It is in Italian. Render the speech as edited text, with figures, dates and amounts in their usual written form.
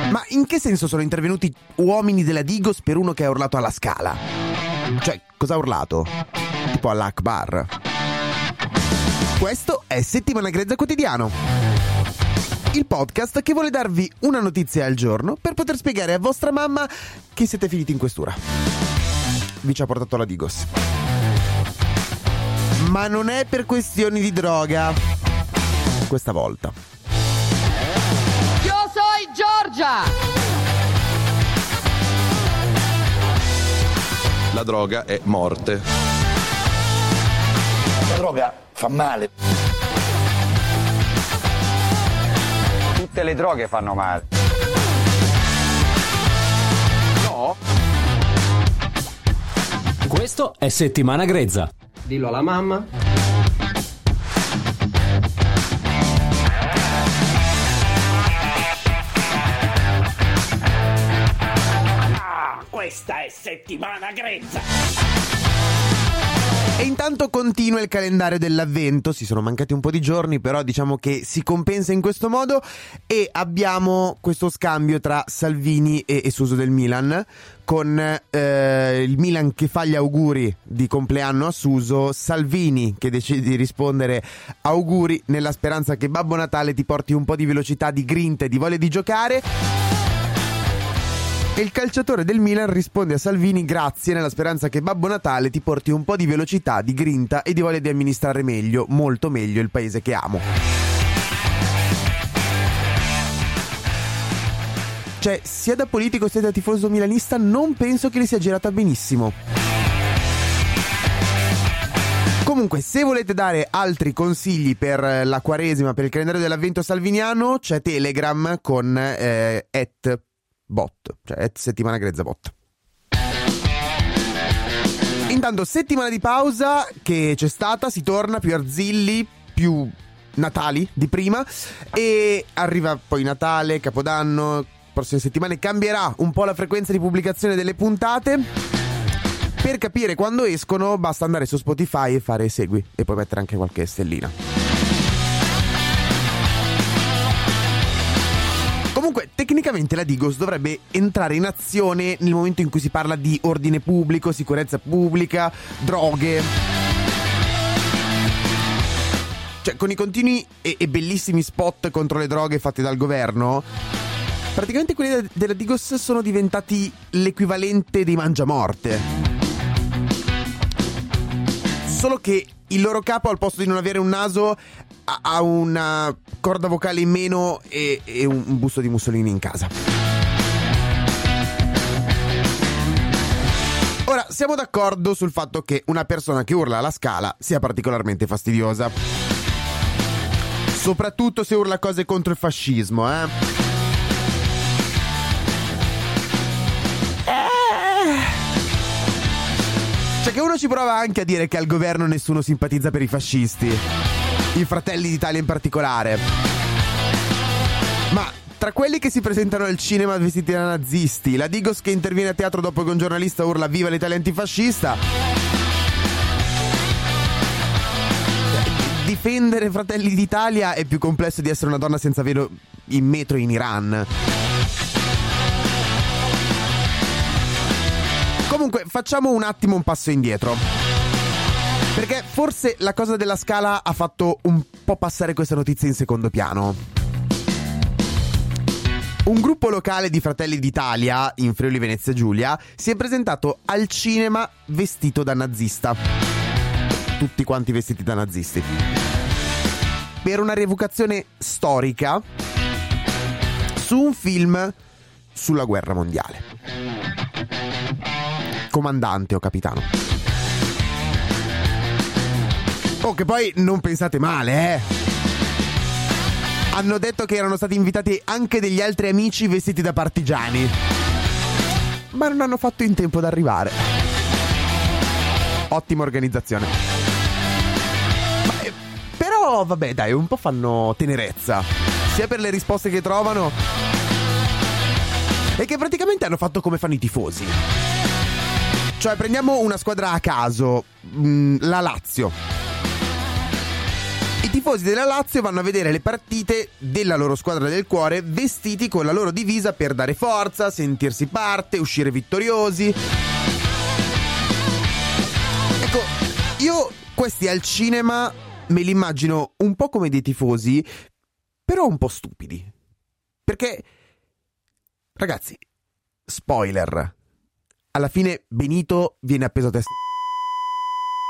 Ma in che senso sono intervenuti uomini della Digos per uno che ha urlato alla Scala? Cioè, cosa ha urlato? Tipo all'Akbar. Questo è Settimana Grezza Quotidiano, il podcast che vuole darvi una notizia al giorno per poter spiegare a vostra mamma che siete finiti in questura. Vi ci ha portato la Digos. Ma non è per questioni di droga questa volta. Io sono Giorgia! La droga è morte. La droga fa male. Tutte le droghe fanno male. No? Questo è Settimana Grezza. Dillo alla mamma. Questa è Settimana Grezza. E intanto continua il calendario dell'avvento. Si sono mancati un po' di giorni, però diciamo che si compensa in questo modo. E abbiamo questo scambio tra Salvini e Suso del Milan, con il Milan che fa gli auguri di compleanno a Suso, Salvini che decide di rispondere auguri nella speranza che Babbo Natale ti porti un po' di velocità, di grinta e di voglia di giocare. E il calciatore del Milan risponde a Salvini grazie, nella speranza che Babbo Natale ti porti un po' di velocità, di grinta e di voglia di amministrare meglio, molto meglio, il paese che amo. Cioè, sia da politico sia da tifoso milanista, non penso che le sia girata benissimo. Comunque, se volete dare altri consigli per la Quaresima, per il calendario dell'avvento salviniano, c'è Telegram con @bot, cioè @settimana grezza bot. Intanto, settimana di pausa che c'è stata, si torna più arzilli, più natali di prima, e arriva poi Natale, Capodanno. Prossime settimane cambierà un po' la frequenza di pubblicazione delle puntate. Per capire quando escono basta andare su Spotify e fare segui e poi mettere anche qualche stellina. Comunque, tecnicamente la Digos dovrebbe entrare in azione nel momento in cui si parla di ordine pubblico, sicurezza pubblica, droghe. Cioè, con i continui e bellissimi spot contro le droghe fatti dal governo, praticamente quelli della Digos sono diventati l'equivalente dei mangiamorte. Solo che il loro capo, al posto di non avere un naso, ha una corda vocale in meno e un busto di Mussolini in casa. Ora, siamo d'accordo sul fatto che una persona che urla alla Scala sia particolarmente fastidiosa. Soprattutto se urla cose contro il fascismo, Cioè, che uno ci prova anche a dire che al governo nessuno simpatizza per i fascisti, i Fratelli d'Italia in particolare. Ma tra quelli che si presentano al cinema vestiti da nazisti, la Digos che interviene a teatro dopo che un giornalista urla "Viva l'Italia antifascista", difendere Fratelli d'Italia è più complesso di essere una donna senza velo in metro in Iran. Comunque, facciamo un attimo un passo indietro, perché forse la cosa della Scala ha fatto un po' passare questa notizia in secondo piano. Un gruppo locale di Fratelli d'Italia in Friuli Venezia Giulia si è presentato al cinema vestito da nazista. Tutti quanti vestiti da nazisti, per una rievocazione storica su un film sulla guerra mondiale. Comandante o capitano. Oh, che poi non pensate male, Hanno detto che erano stati invitati anche degli altri amici vestiti da partigiani, ma non hanno fatto in tempo ad arrivare. Ottima organizzazione. Però vabbè, dai, un po' fanno tenerezza, sia per le risposte che trovano, e che praticamente hanno fatto come fanno i tifosi. Cioè, prendiamo una squadra a caso, la Lazio. I tifosi della Lazio vanno a vedere le partite della loro squadra del cuore vestiti con la loro divisa per dare forza, sentirsi parte, uscire vittoriosi. Ecco, io questi al cinema me li immagino un po' come dei tifosi, però un po' stupidi. Perché, ragazzi, spoiler, alla fine Benito viene appeso a testa